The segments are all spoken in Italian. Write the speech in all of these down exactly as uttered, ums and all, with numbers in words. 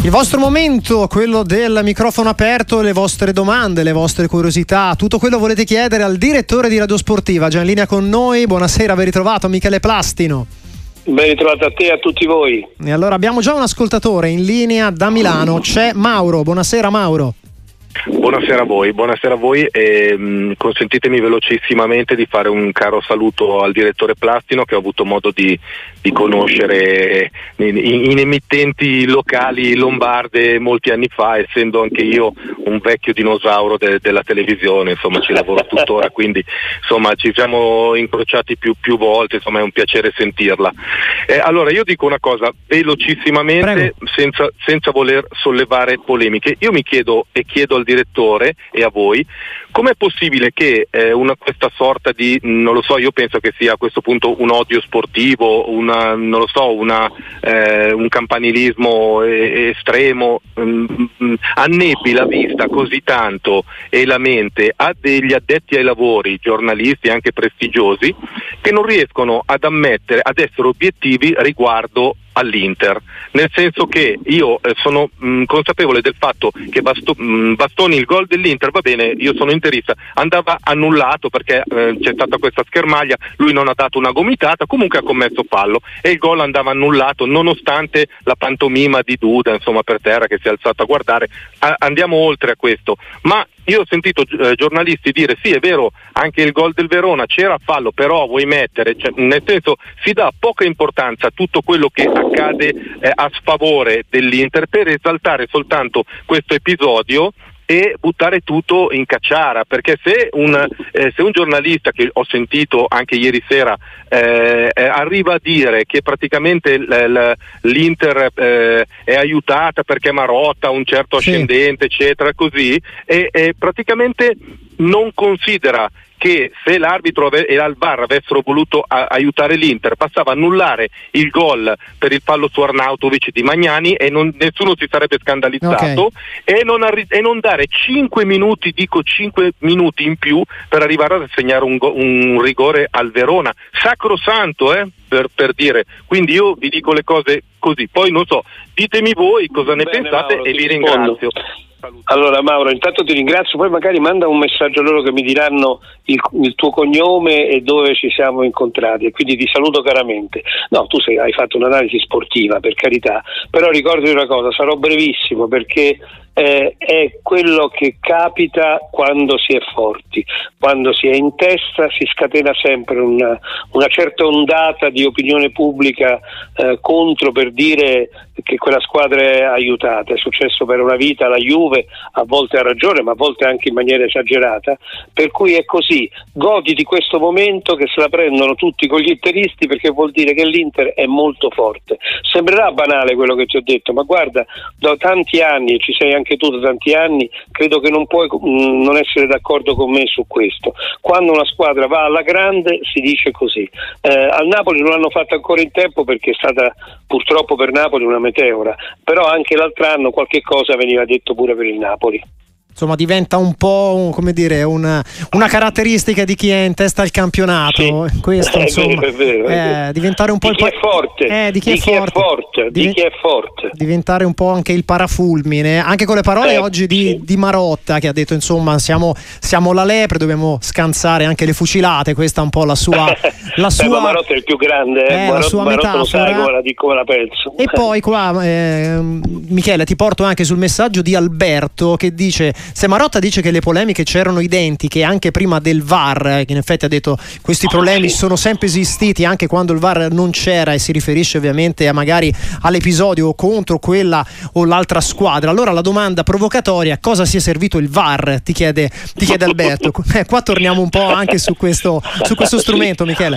Il vostro momento, quello del microfono aperto, le vostre domande, le vostre curiosità, tutto quello volete chiedere al direttore di Radio Sportiva, già in linea con noi. Buonasera, ben ritrovato Michele Plastino. Ben ritrovato a te e a tutti voi. E allora abbiamo già un ascoltatore in linea da Milano, c'è Mauro. Buonasera Mauro. Buonasera a voi, buonasera a voi e mh, consentitemi velocissimamente di fare un caro saluto al direttore Plastino, che ho avuto modo di, di conoscere in, in emittenti locali lombarde molti anni fa, essendo anche io un vecchio dinosauro de, della televisione, insomma ci lavoro tuttora, quindi insomma ci siamo incrociati più, più volte, insomma è un piacere sentirla. Eh, allora io dico una cosa velocissimamente, senza, senza voler sollevare polemiche. Io mi chiedo e chiedo al direttore e a voi, com'è possibile che eh, una, questa sorta di, non lo so, io penso che sia a questo punto un odio sportivo, una, non lo so, una, eh, un campanilismo eh, estremo, mh, mh, annebbi la vista così tanto e la mente a degli addetti ai lavori, giornalisti anche prestigiosi, che non riescono ad ammettere, ad essere obiettivi riguardo all'Inter, nel senso che io eh, sono mh, consapevole del fatto che Basto, mh, Bastoni, il gol dell'Inter, va bene, io sono interista, andava annullato perché eh, c'è stata questa schermaglia, lui non ha dato una gomitata, comunque ha commesso fallo e il gol andava annullato nonostante la pantomima di Duda, insomma, per terra, che si è alzato a guardare. A- andiamo oltre a questo, ma io ho sentito eh, giornalisti dire sì, è vero, anche il gol del Verona c'era fallo, però vuoi mettere, cioè, nel senso si dà poca importanza a tutto quello che accade eh, a sfavore dell'Inter per esaltare soltanto questo episodio e buttare tutto in cacciara, perché se un, eh, se un giornalista, che ho sentito anche ieri sera, eh, eh, arriva a dire che praticamente l- l- l'Inter eh, è aiutata perché Marotta ha un certo ascendente, sì, eccetera, così, e, e praticamente non considera che se l'arbitro ave- e il V A R avessero voluto a- aiutare l'Inter, passava a annullare il gol per il fallo su Arnautovic di Magnani e non, nessuno si sarebbe scandalizzato, okay, e, non arri- e non dare cinque minuti, dico cinque minuti in più per arrivare a segnare un, go- un rigore al Verona, sacrosanto, eh, per, per dire. Quindi io vi dico le cose così, poi non so, ditemi voi cosa ne Bene, pensate. Mauro, e vi rispondo. ringrazio. Allora Mauro, intanto ti ringrazio, poi magari manda un messaggio a loro che mi diranno il, il tuo cognome e dove ci siamo incontrati, e quindi ti saluto caramente. No, tu sei, hai fatto un'analisi sportiva, per carità, però ricordati una cosa, sarò brevissimo perché eh, è quello che capita quando si è forti, quando si è in testa si scatena sempre una, una certa ondata di opinione pubblica eh, contro, per dire che quella squadra è aiutata. È successo per una vita alla Juve, a volte ha ragione ma a volte anche in maniera esagerata, per cui è così. Godi di questo momento che se la prendono tutti con gli interisti, perché vuol dire che l'Inter è molto forte. Sembrerà banale quello che ti ho detto, ma guarda, da tanti anni, e ci sei anche tu da tanti anni, credo che non puoi mh, non essere d'accordo con me su questo. Quando una squadra va alla grande si dice così. Eh, al Napoli non l'hanno fatto ancora in tempo perché è stata purtroppo per Napoli una meteora, però anche l'altro anno qualche cosa veniva detto pure per il Napoli. Insomma, diventa un po', come dire, una, una caratteristica di chi è in testa al campionato. Sì. Questo, è insomma, vero, è vero, è vero. Eh, diventare un po' di chi il è forte, eh, di chi, di è, chi forte. è forte, di Div- chi è forte. Diventare un po' anche il parafulmine, anche con le parole eh, oggi di, sì. di Marotta, che ha detto insomma siamo, siamo la lepre, dobbiamo scansare anche le fucilate. Questa è un po' la sua, la sua... Beh, ma Marotta è il più grande, eh? eh, Marotta, la sua Marotta lo sai come la, come la penso. E poi qua eh, Michele, ti porto anche sul messaggio di Alberto, che dice: se Marotta dice che le polemiche c'erano identiche anche prima del V A R, che in effetti ha detto questi problemi sì. sono sempre esistiti anche quando il V A R non c'era, e si riferisce ovviamente a magari all'episodio contro quella o l'altra squadra, allora la domanda provocatoria: cosa si è servito il V A R? Ti chiede, ti chiede Alberto. Eh, qua torniamo un po' anche su questo, su questo strumento, Michele.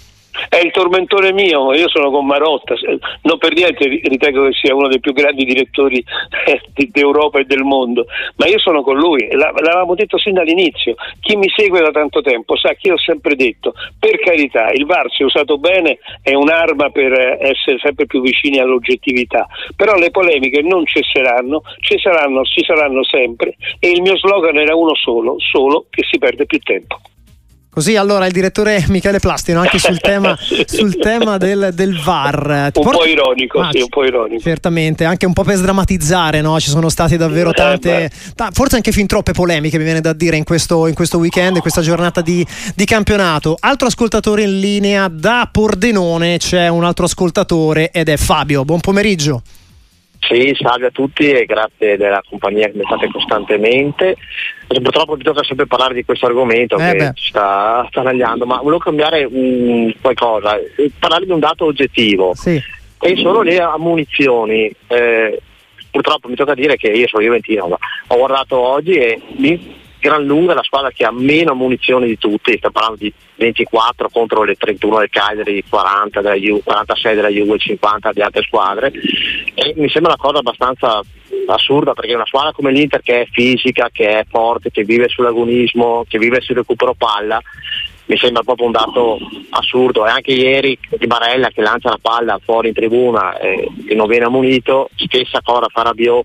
È il tormentore mio, io sono con Marotta, non per niente ritengo che sia uno dei più grandi direttori d'Europa e del mondo, ma io sono con lui, l'avevamo detto sin dall'inizio. Chi mi segue da tanto tempo sa che io ho sempre detto, per carità, il V A R, se usato bene, è un'arma per essere sempre più vicini all'oggettività, però le polemiche non cesseranno, ci saranno, ci saranno sempre, e il mio slogan era uno solo, solo che si perde più tempo. Così allora il direttore Michele Plastino anche sul tema, sul tema del, del V A R. Ti un porta... po' ironico, ah, sì, un po' ironico. Certamente, anche un po' per sdrammatizzare, no? Ci sono state davvero tante, ta- forse anche fin troppe polemiche, mi viene da dire, in questo, in questo weekend, in questa giornata di, di campionato. Altro ascoltatore in linea da Pordenone, c'è un altro ascoltatore ed è Fabio. Buon pomeriggio. Sì, salve a tutti e grazie della compagnia che mi fate costantemente. Purtroppo bisogna sempre parlare di questo argomento eh che beh. ci sta attanagliando, ma volevo cambiare um, qualcosa, parlare di un dato oggettivo. Sì. E sono le ammunizioni. Eh, purtroppo mi tocca dire che io sono juventino, ma ho guardato oggi e mi gran lunga la squadra che ha meno munizioni di tutti, sto parlando di ventiquattro contro le trentuno del Cagliari, quaranta della Juve, quarantasei della Juve, cinquanta di altre squadre, e mi sembra una cosa abbastanza assurda, perché una squadra come l'Inter, che è fisica, che è forte, che vive sull'agonismo, che vive sul recupero palla, mi sembra proprio un dato assurdo. E anche ieri Di Barella che lancia la palla fuori in tribuna e, e non viene ammonito, stessa cosa fa Rabiot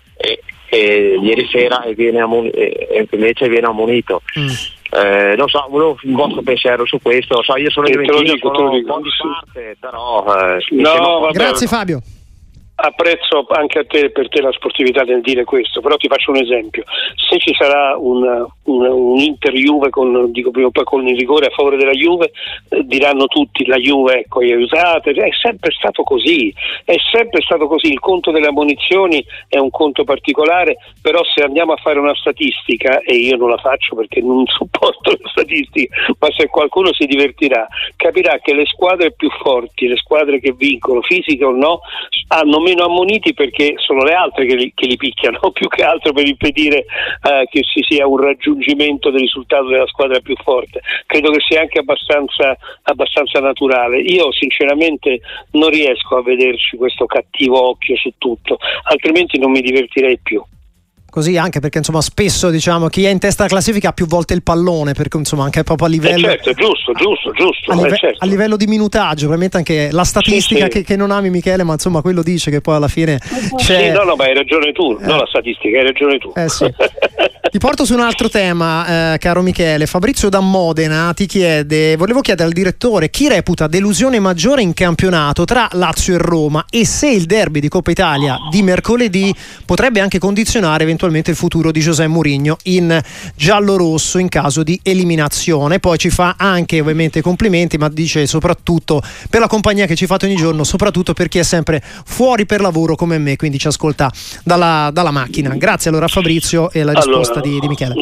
e E ieri sera e viene ammoni- e invece viene ammonito. Mm. Eh, non so, volevo un vostro pensiero su questo. Lo so, io sono juventino, sono un po' di parte, però eh, no, vabbè, grazie Fabio. Apprezzo anche a te, per te, la sportività nel dire questo, però ti faccio un esempio: se ci sarà un, un, un Inter Juve con, dico prima o poi con il rigore a favore della Juve, eh, diranno tutti la Juve ecco aiutate, è sempre stato così, è sempre stato così. Il conto delle ammonizioni è un conto particolare, però se andiamo a fare una statistica, e io non la faccio perché non sopporto le statistiche, ma se qualcuno si divertirà capirà che le squadre più forti, le squadre che vincono, fisiche o no, hanno meno ammoniti perché sono le altre che li, che li picchiano, più che altro per impedire uh, che ci sia un raggiungimento del risultato della squadra più forte. Credo che sia anche abbastanza, abbastanza naturale. Io sinceramente non riesco a vederci questo cattivo occhio su tutto, altrimenti non mi divertirei più. Così, anche perché insomma spesso diciamo chi è in testa alla classifica ha più volte il pallone, perché insomma anche proprio a livello eh certo, giusto, giusto, giusto a, live- eh certo. a livello di minutaggio, ovviamente anche la statistica sì, sì. Che, che non ami Michele, ma insomma quello dice che poi alla fine c'è... Sì, no, no, ma hai ragione tu, eh. non la statistica, hai ragione tu. Eh sì. Ti porto su un altro tema, eh, caro Michele. Fabrizio da Modena ti chiede, volevo chiedere al direttore chi reputa delusione maggiore in campionato tra Lazio e Roma, e se il derby di Coppa Italia di mercoledì potrebbe anche condizionare eventualmente il futuro di José Mourinho in giallo-rosso in caso di eliminazione. Poi ci fa anche ovviamente complimenti, ma dice soprattutto per la compagnia che ci fate ogni giorno, soprattutto per chi è sempre fuori per lavoro come me, quindi ci ascolta dalla, dalla macchina. Grazie allora a Fabrizio e la risposta allora, di, di Michele.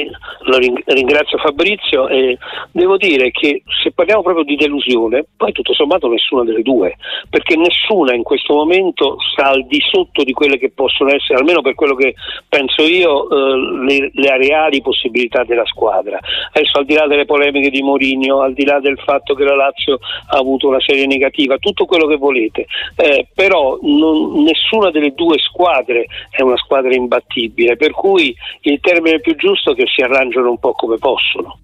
Lo ringrazio Fabrizio, e devo dire che se parliamo proprio di delusione, poi tutto sommato nessuna delle due, perché nessuna in questo momento sta al di sotto di quelle che possono essere, almeno per quello che penso io, eh, le, le reali possibilità della squadra. Adesso, al di là delle polemiche di Mourinho, al di là del fatto che la Lazio ha avuto una serie negativa, tutto quello che volete, eh, però non, nessuna delle due squadre è una squadra imbattibile, per cui il termine più giusto è che si arrangiano un po' come possono.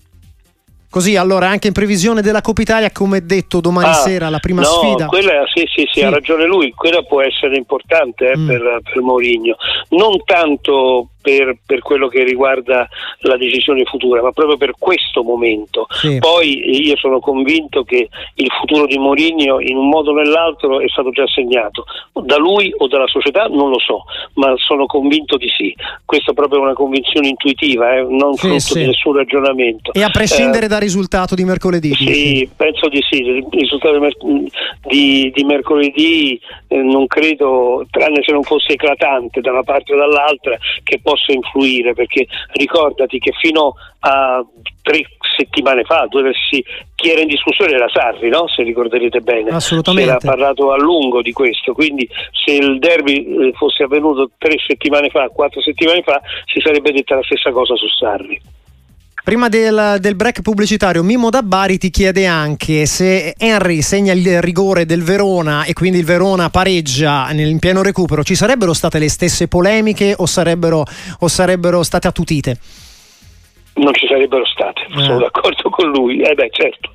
Così allora, anche in previsione della Coppa Italia, come detto domani ah, sera la prima no, sfida. Quella, sì, sì, sì, sì, ha ragione lui, quella può essere importante eh, mm. per, per Mourinho, non tanto per, per quello che riguarda la decisione futura, ma proprio per questo momento. Sì. Poi io sono convinto che il futuro di Mourinho in un modo o nell'altro è stato già segnato, da lui o dalla società non lo so, ma sono convinto di sì. Questa è proprio una convinzione intuitiva, eh, non sì, frutto sì. di nessun ragionamento. E a prescindere eh, dal risultato di mercoledì? Sì, dici? penso di sì. Il risultato di, mer- di, di mercoledì eh, non credo, tranne se non fosse eclatante da una parte o dall'altra, che possa influire, perché ricordati che fino a tre settimane fa, due versi, chi era in discussione era Sarri, no? Se ricorderete bene. Assolutamente. Si era parlato a lungo di questo, quindi se il derby fosse avvenuto tre settimane fa, quattro settimane fa, si sarebbe detta la stessa cosa su Sarri. Prima del, del break pubblicitario, Mimmo da Bari ti chiede anche se Henry segna il rigore del Verona e quindi il Verona pareggia nel, in pieno recupero, ci sarebbero state le stesse polemiche o sarebbero, o sarebbero state attutite? Non ci sarebbero state, eh. sono d'accordo con lui, eh beh certo.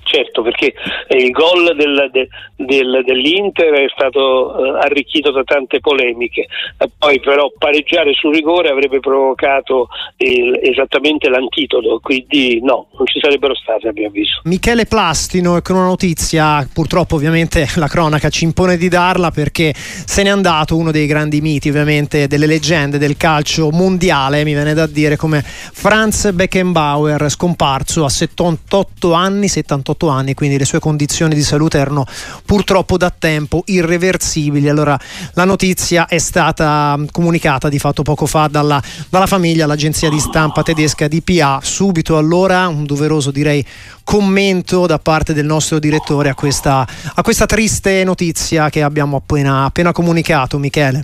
certo, perché il gol del, del, del, dell'Inter è stato uh, arricchito da tante polemiche, uh, poi però pareggiare sul rigore avrebbe provocato il, esattamente l'antitodo, quindi no, non ci sarebbero state a mio avviso. Michele Plastino, e con una notizia, purtroppo ovviamente la cronaca ci impone di darla, perché se n'è andato uno dei grandi miti, ovviamente delle leggende del calcio mondiale, mi viene da dire, come Franz Beckenbauer, scomparso a settantotto anni, settantotto anni, quindi le sue condizioni di salute erano purtroppo da tempo irreversibili. Allora la notizia è stata comunicata di fatto poco fa dalla, dalla famiglia all'agenzia di stampa tedesca D P A. Subito allora un doveroso, direi, commento da parte del nostro direttore a questa, a questa triste notizia che abbiamo appena, appena comunicato, Michele.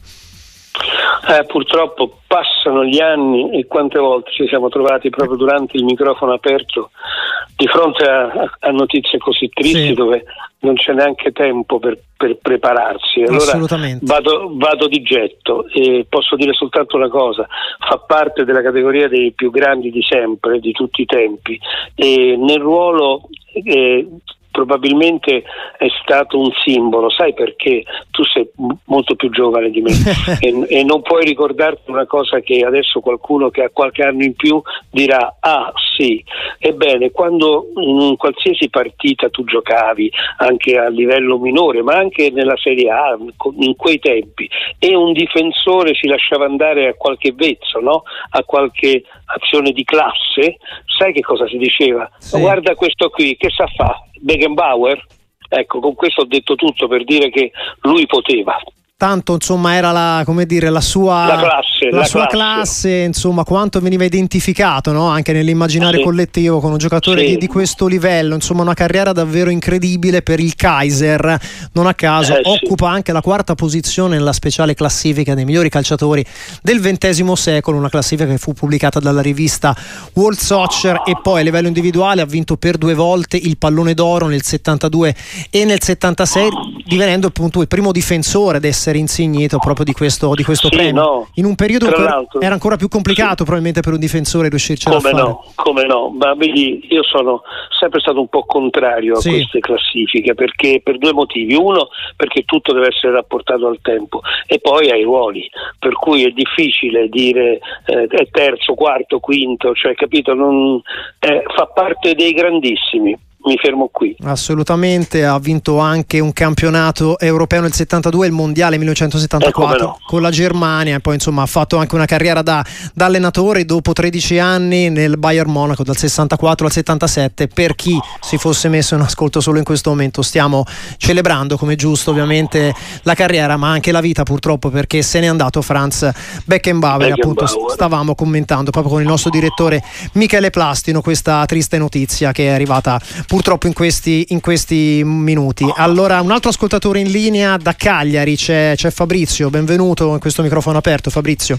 Eh, purtroppo passano gli anni e quante volte ci siamo trovati proprio durante il microfono aperto di fronte a, a notizie così tristi, sì, dove non c'è neanche tempo per, per prepararsi. Allora vado, vado di getto e posso dire soltanto una cosa: fa parte della categoria dei più grandi di sempre, di tutti i tempi, e nel ruolo eh, probabilmente è stato un simbolo. Sai perché? Tu sei m- molto più giovane di me e, e non puoi ricordarti una cosa che adesso qualcuno che ha qualche anno in più dirà: ah sì. Ebbene, quando in qualsiasi partita tu giocavi, anche a livello minore, ma anche nella Serie A in quei tempi, e un difensore si lasciava andare a qualche vezzo, no? A qualche azione di classe, sai che cosa si diceva? Sì. Guarda questo qui, che sa fa? Beckenbauer? Ecco, con questo ho detto tutto per dire che lui poteva. Tanto insomma era la, come dire, la sua, la classe, la la sua classe. classe, insomma, quanto veniva identificato, no? Anche nell'immaginario, sì, collettivo, con un giocatore, sì, di, di questo livello. Insomma, una carriera davvero incredibile per il Kaiser. Non a caso eh, occupa, sì, anche la quarta posizione nella speciale classifica dei migliori calciatori del ventesimo secolo, una classifica che fu pubblicata dalla rivista World Soccer. E poi a livello individuale ha vinto per due volte il pallone d'oro, nel settantadue e nel settantasei, divenendo appunto il primo difensore ad essere insignito proprio di questo, di questo sì, premio, no, in un periodo che era ancora più complicato, sì, probabilmente per un difensore riuscirci a fare. No, come no, ma vedi, io sono sempre stato un po' contrario a, sì, queste classifiche, perché per due motivi: uno, perché tutto deve essere rapportato al tempo, e poi ai ruoli, per cui è difficile dire eh, è terzo, quarto, quinto, cioè, capito, non, eh, fa parte dei grandissimi. Mi fermo qui. Assolutamente, ha vinto anche un campionato europeo nel settantadue e il mondiale millenovecentosettantaquattro eh, no. con la Germania, e poi insomma ha fatto anche una carriera da, da allenatore dopo tredici anni nel Bayern Monaco dal sessantaquattro al settantasette. Per chi si fosse messo in ascolto solo in questo momento, stiamo celebrando, come giusto ovviamente, la carriera ma anche la vita, purtroppo, perché se n'è andato Franz Beckenbauer. Beckenbauer. Appunto stavamo commentando proprio con il nostro direttore Michele Plastino questa triste notizia che è arrivata purtroppo in questi, in questi minuti. Allora, un altro ascoltatore in linea da Cagliari, c'è, c'è Fabrizio. Benvenuto in questo microfono aperto, Fabrizio.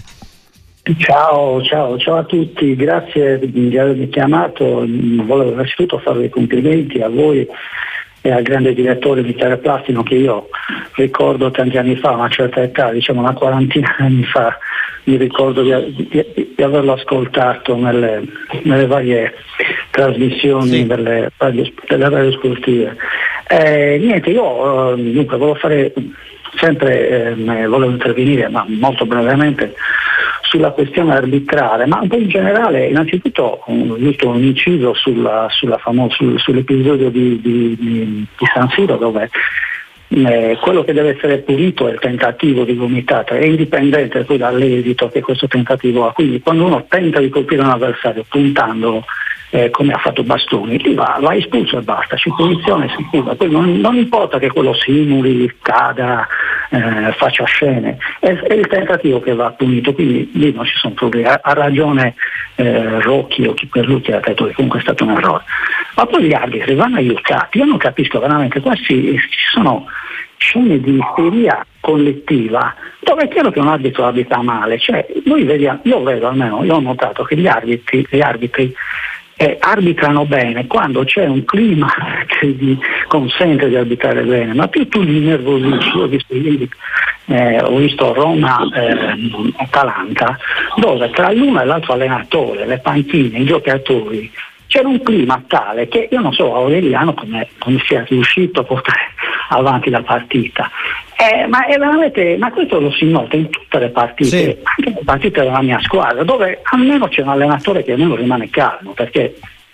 Ciao, ciao, ciao a tutti, grazie di avermi chiamato. Volevo innanzitutto fare i complimenti a voi e al grande direttore Michele Plastino, che io ricordo tanti anni fa, a una certa età, diciamo una quarantina di anni fa, mi ricordo di, di, di averlo ascoltato nelle, nelle varie trasmissioni, sì, delle radio, delle radio sportive. Eh, niente, io dunque volevo fare sempre, eh, volevo intervenire, ma molto brevemente, sulla questione arbitrale, ma un po' in generale. Innanzitutto giusto un inciso sulla, sulla famo- sul, sull'episodio di, di, di, di San Siro, dove eh, quello che deve essere pulito è il tentativo di gomitata, è indipendente poi dall'esito che questo tentativo ha. Quindi quando uno tenta di colpire un avversario puntandolo, Eh, come ha fatto Bastoni, lì va, va espulso e basta, c'è punizione sicura. Poi non, non importa che quello simuli, cada, eh, faccia scene, è, è il tentativo che va punito, quindi lì non ci sono problemi. Ha, ha ragione eh, Rocchi o chi per lui che ha detto che comunque è stato un errore, ma poi gli arbitri vanno aiutati. Io non capisco veramente, questi ci sono scene di isteria collettiva dove è chiaro che un arbitro arbitra male, cioè noi vediamo, io vedo almeno, io ho notato che gli arbitri, gli arbitri Eh, arbitrano bene quando c'è un clima che gli consente di arbitrare bene, ma più tu li nervosisci. Io ho visto ieri, eh, ho visto Roma eh, Atalanta, dove tra l'uno e l'altro allenatore, le panchine, i giocatori c'era un clima tale che io non so Aureliano come, come sia riuscito a portare avanti la partita. Eh, ma è veramente, ma questo lo si nota in tutte le partite, sì. anche le partite della mia squadra, dove almeno c'è un allenatore che almeno rimane calmo, perché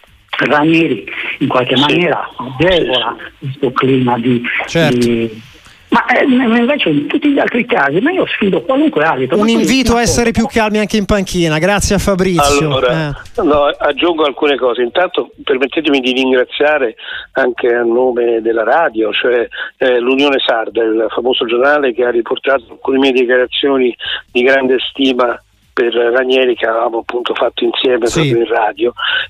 Ranieri in qualche maniera agevola questo clima di, certo. di ma eh, invece in tutti gli altri casi, ma io sfido qualunque arbitro. Un invito a essere più calmi anche in panchina. Grazie a Fabrizio. Allora, eh. no, aggiungo alcune cose. Intanto permettetemi di ringraziare anche a nome della radio, cioè eh, l'Unione Sarda, il famoso giornale che ha riportato alcune mie dichiarazioni di grande stima per Ranieri, che avevamo appunto fatto insieme sì. proprio in radio.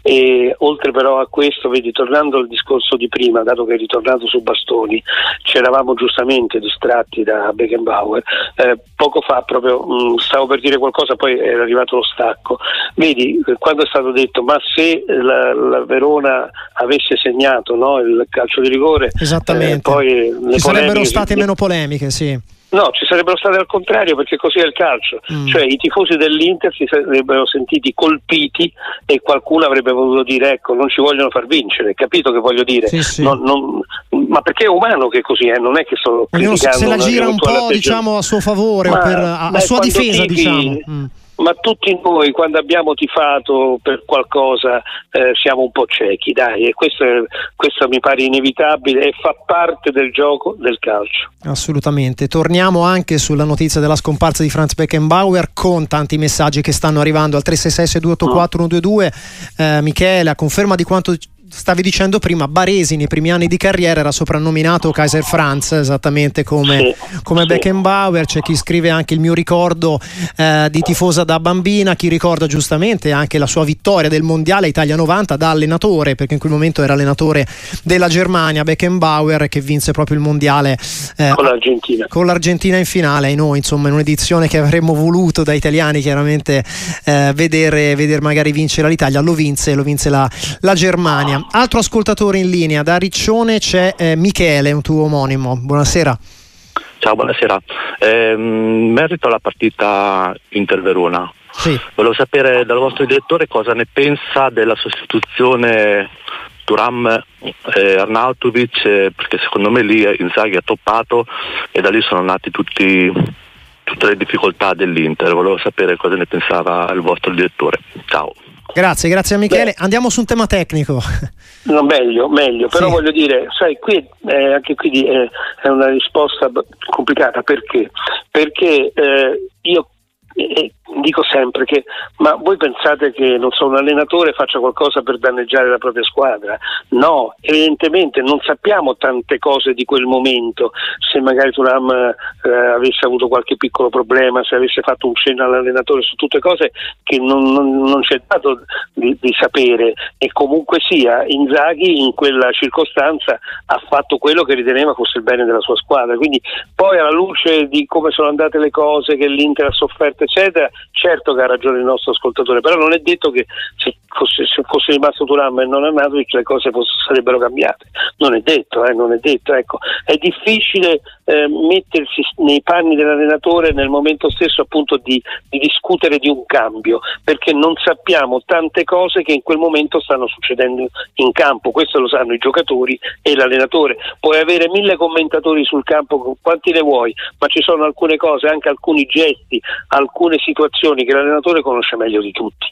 E oltre però a questo, vedi, tornando al discorso di prima, dato che è ritornato su Bastoni, ci eravamo giustamente distratti da Beckenbauer. Eh, poco fa proprio mh, stavo per dire qualcosa, poi era arrivato lo stacco. Vedi, quando è stato detto ma se la, la Verona avesse segnato, no, il calcio di rigore, esattamente, eh, poi ci sarebbero state si... meno polemiche, sì. No, ci sarebbero state al contrario, perché così è il calcio, mm. cioè i tifosi dell'Inter si sarebbero sentiti colpiti e qualcuno avrebbe voluto dire ecco, non ci vogliono far vincere, capito che voglio dire? Sì, sì. Non, non, ma perché è umano che così è, non è che sto criticando. Se la gira un po', diciamo, a suo favore ma, o per, a, beh, a sua difesa, tipi, diciamo. Mm. Ma tutti noi quando abbiamo tifato per qualcosa eh, siamo un po' ciechi, dai, e questo, è, questo mi pare inevitabile e fa parte del gioco del calcio. Assolutamente. Torniamo anche sulla notizia della scomparsa di Franz Beckenbauer con tanti messaggi che stanno arrivando al tre sei sei sei due otto quattro uno due due. eh, Michele, a conferma di quanto stavi dicendo prima, Baresi nei primi anni di carriera era soprannominato Kaiser Franz, esattamente come, sì, come sì. Beckenbauer. C'è chi scrive anche il mio ricordo eh, di tifosa da bambina, chi ricorda giustamente anche la sua vittoria del mondiale Italia novanta da allenatore, perché in quel momento era allenatore della Germania, Beckenbauer, che vinse proprio il mondiale eh, con l'Argentina con l'Argentina in finale, e noi insomma in un'edizione che avremmo voluto da italiani chiaramente eh, vedere, vedere magari vincere l'Italia. Lo vinse, lo vinse la, la Germania. Altro ascoltatore in linea, da Riccione c'è eh, Michele, un tuo omonimo. Buonasera. Ciao, buonasera. Eh, merito alla partita Inter-Verona. Sì. Volevo sapere dal vostro direttore cosa ne pensa della sostituzione Thuram eh, Arnautovic, eh, perché secondo me lì Inzaghi ha toppato e da lì sono nati tutti, tutte le difficoltà dell'Inter. Volevo sapere cosa ne pensava il vostro direttore. Ciao. Grazie, grazie a Michele. Beh, andiamo su un tema tecnico. No, meglio, meglio, però sì. voglio dire, sai, qui eh, anche qui eh, è una risposta complicata. Perché? Perché eh, io eh, dico sempre che, ma voi pensate che non so, un allenatore faccia qualcosa per danneggiare la propria squadra? No, evidentemente non sappiamo tante cose di quel momento, se magari Thuram eh, avesse avuto qualche piccolo problema, se avesse fatto un cenno all'allenatore, su tutte cose che non, non, non c'è dato di, di sapere. E comunque sia, Inzaghi in quella circostanza ha fatto quello che riteneva fosse il bene della sua squadra, quindi poi alla luce di come sono andate le cose, che l'Inter ha sofferto eccetera, certo che ha ragione il nostro ascoltatore, però non è detto che se fosse, se fosse rimasto Thuram e non Arnautovic le cose fosse, sarebbero cambiate, non è detto, eh, non è detto, ecco. È difficile eh, mettersi nei panni dell'allenatore nel momento stesso appunto di, di discutere di un cambio, perché non sappiamo tante cose che in quel momento stanno succedendo in campo. Questo lo sanno i giocatori e l'allenatore. Puoi avere mille commentatori sul campo, quanti ne vuoi, ma ci sono alcune cose, anche alcuni gesti, alcune situazioni che l'allenatore conosce meglio di tutti.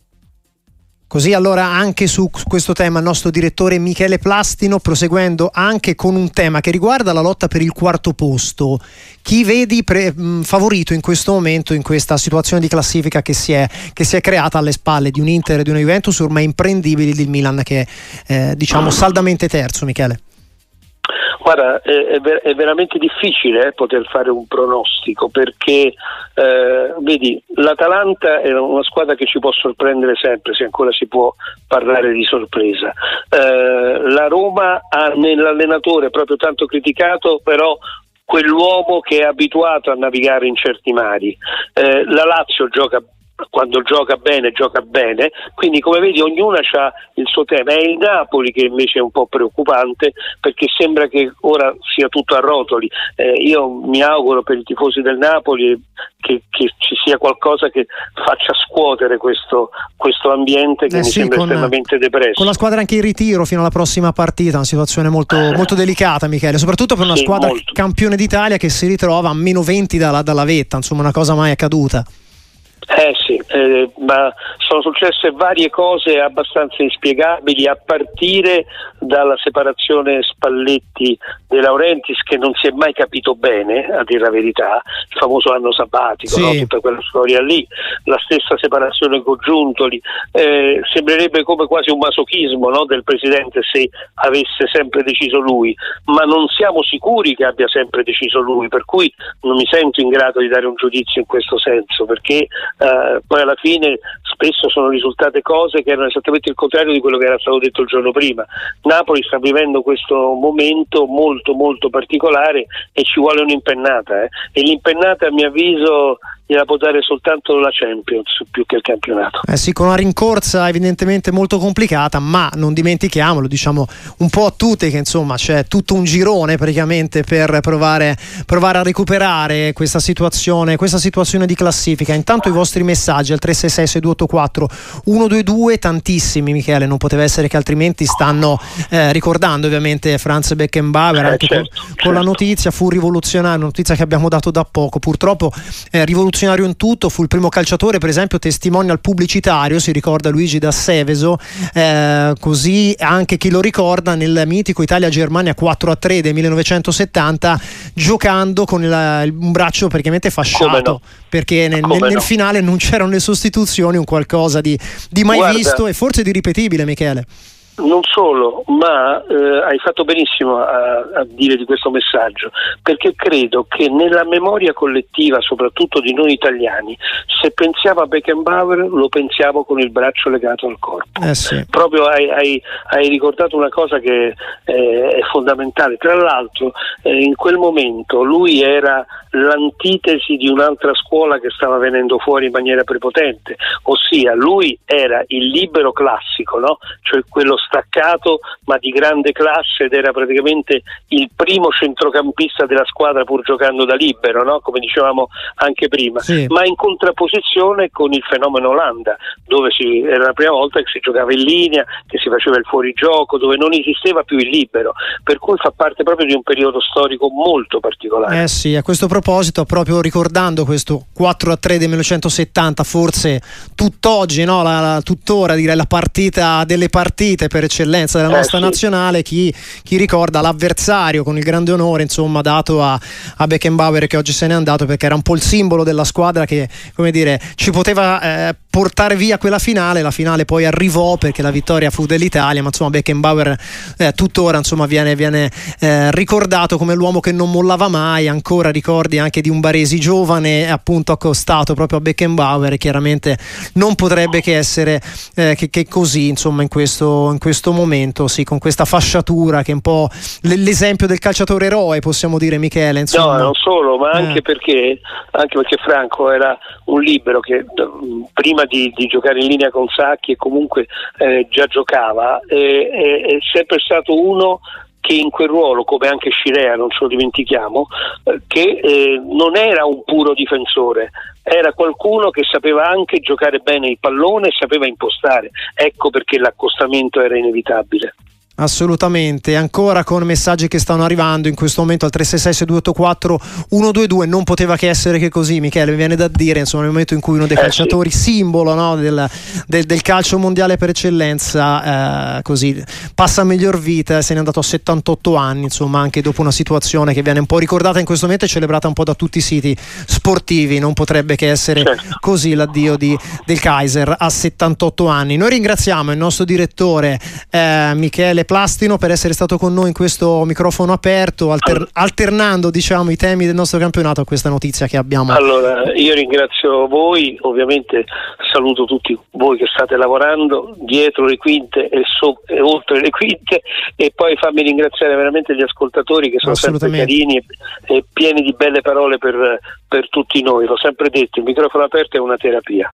Così allora anche su questo tema il nostro direttore Michele Plastino, proseguendo anche con un tema che riguarda la lotta per il quarto posto. Chi vedi pre- mh, favorito in questo momento, in questa situazione di classifica che si è, che si è creata alle spalle di un Inter e di una Juventus ormai imprendibili, del Milan che è eh, diciamo saldamente terzo, Michele? Guarda, è, è, ver- è veramente difficile eh, poter fare un pronostico, perché eh, vedi, l'Atalanta è una squadra che ci può sorprendere sempre, se ancora si può parlare di sorpresa. Eh, la Roma ha nell'allenatore proprio tanto criticato, però quell'uomo che è abituato a navigare in certi mari. Eh, la Lazio gioca, quando gioca bene gioca bene, quindi come vedi ognuno ha il suo tema. È il Napoli che invece è un po' preoccupante, perché sembra che ora sia tutto a rotoli. Eh, io mi auguro per i tifosi del Napoli che, che ci sia qualcosa che faccia scuotere questo, questo ambiente che eh mi sì, sembra con, estremamente depresso. Con la squadra anche in ritiro fino alla prossima partita, una situazione molto, molto delicata, Michele, soprattutto per una sì, squadra molto. campione d'Italia che si ritrova a meno venti dalla, dalla vetta, insomma una cosa mai accaduta. Eh sì, eh, ma sono successe varie cose abbastanza inspiegabili, a partire dalla separazione Spalletti De Laurentiis, che non si è mai capito bene, a dire la verità, il famoso anno sabbatico, sì. no? Tutta quella storia lì, la stessa separazione con Giuntoli, eh, sembrerebbe come quasi un masochismo, no? Del presidente se avesse sempre deciso lui, ma non siamo sicuri che abbia sempre deciso lui, per cui non mi sento in grado di dare un giudizio in questo senso, perché Uh, poi alla fine spesso sono risultate cose che erano esattamente il contrario di quello che era stato detto il giorno prima. Napoli sta vivendo questo momento molto molto particolare e ci vuole un'impennata, eh? E l'impennata, a mio avviso, gliela può dare soltanto la Champions più che il campionato. Eh sì, con una rincorsa evidentemente molto complicata, ma non dimentichiamolo, diciamo un po' a tutti, che insomma c'è tutto un girone praticamente per provare, provare a recuperare questa situazione, questa situazione di classifica. Intanto i vostri messaggi al tre sei sei sei due otto quattro uno due due, tantissimi, Michele, non poteva essere che altrimenti, stanno eh, ricordando ovviamente Franz Beckenbauer, anche eh, certo, con, certo. con la notizia, fu rivoluzionaria, notizia che abbiamo dato da poco, purtroppo eh, rivoluzionario in tutto, fu il primo calciatore per esempio testimonial pubblicitario, si ricorda Luigi da Seveso, eh, così anche chi lo ricorda nel mitico Italia-Germania quattro a tre del millenovecentosettanta, giocando con il, il, un braccio praticamente fasciato, no? Perché nel, nel, nel no? finale non c'erano le sostituzioni, un qualcosa di, di mai Guarda, visto e forse di ripetibile, Michele. Non solo, ma eh, hai fatto benissimo a, a dire di questo messaggio, perché credo che nella memoria collettiva, soprattutto di noi italiani, se pensiamo a Beckenbauer lo pensiamo con il braccio legato al corpo. Eh sì. Proprio hai, hai, hai ricordato una cosa che eh, è fondamentale. Tra l'altro eh, in quel momento lui era l'antitesi di un'altra scuola che stava venendo fuori in maniera prepotente, ossia lui era il libero classico, no? Cioè quello staccato ma di grande classe, ed era praticamente il primo centrocampista della squadra pur giocando da libero, no? Come dicevamo anche prima, sì. Ma in contrapposizione con il fenomeno Olanda, dove si, era la prima volta che si giocava in linea, che si faceva il fuorigioco, dove non esisteva più il libero, per cui fa parte proprio di un periodo storico molto particolare. Eh sì, a questo proposito, proprio ricordando questo quattro a tre del millenovecentosettanta, forse tutt'oggi, no? la, la, tuttora direi la partita delle partite per eccellenza della nostra eh sì. nazionale, chi, chi ricorda l'avversario con il grande onore insomma dato a, a Beckenbauer, che oggi se n'è andato perché era un po' il simbolo della squadra che, come dire, ci poteva eh, portare via quella finale. La finale poi arrivò perché la vittoria fu dell'Italia, ma insomma Beckenbauer eh, tuttora insomma viene, viene eh, ricordato come l'uomo che non mollava mai. Ancora ricordi anche di un Baresi giovane appunto accostato proprio a Beckenbauer, e chiaramente non potrebbe che essere eh, che, che così insomma in questo, in questo momento, sì, con questa fasciatura che è un po' l'esempio del calciatore eroe, possiamo dire, Michele, insomma. No, non solo, ma anche eh. perché anche perché Franco era un libero che prima di, di giocare in linea con Sacchi e comunque eh, già giocava, eh, è, è sempre stato uno che in quel ruolo, come anche Scirea, non ce lo dimentichiamo, eh, che eh, non era un puro difensore, era qualcuno che sapeva anche giocare bene il pallone e sapeva impostare. Ecco perché l'accostamento era inevitabile. Assolutamente, ancora con messaggi che stanno arrivando in questo momento al tre sei sei sei due otto quattro uno due due. Non poteva che essere che così, Michele, mi viene da dire, insomma, nel momento in cui uno dei eh calciatori sì. simbolo, no, del, del, del calcio mondiale per eccellenza, eh, così passa a miglior vita, se n'è andato a settantotto anni, insomma, anche dopo una situazione che viene un po' ricordata in questo momento e celebrata un po' da tutti i siti sportivi. Non potrebbe che essere certo. così l'addio di, del Kaiser a settantotto anni. Noi ringraziamo il nostro direttore eh, Michele Plastino per essere stato con noi in questo microfono aperto, alter- alternando diciamo i temi del nostro campionato a questa notizia che abbiamo. Allora, io ringrazio voi, ovviamente saluto tutti voi che state lavorando dietro le quinte e, so- e oltre le quinte, e poi fammi ringraziare veramente gli ascoltatori che sono sempre carini e, e pieni di belle parole per, per tutti noi. L'ho sempre detto, il microfono aperto è una terapia.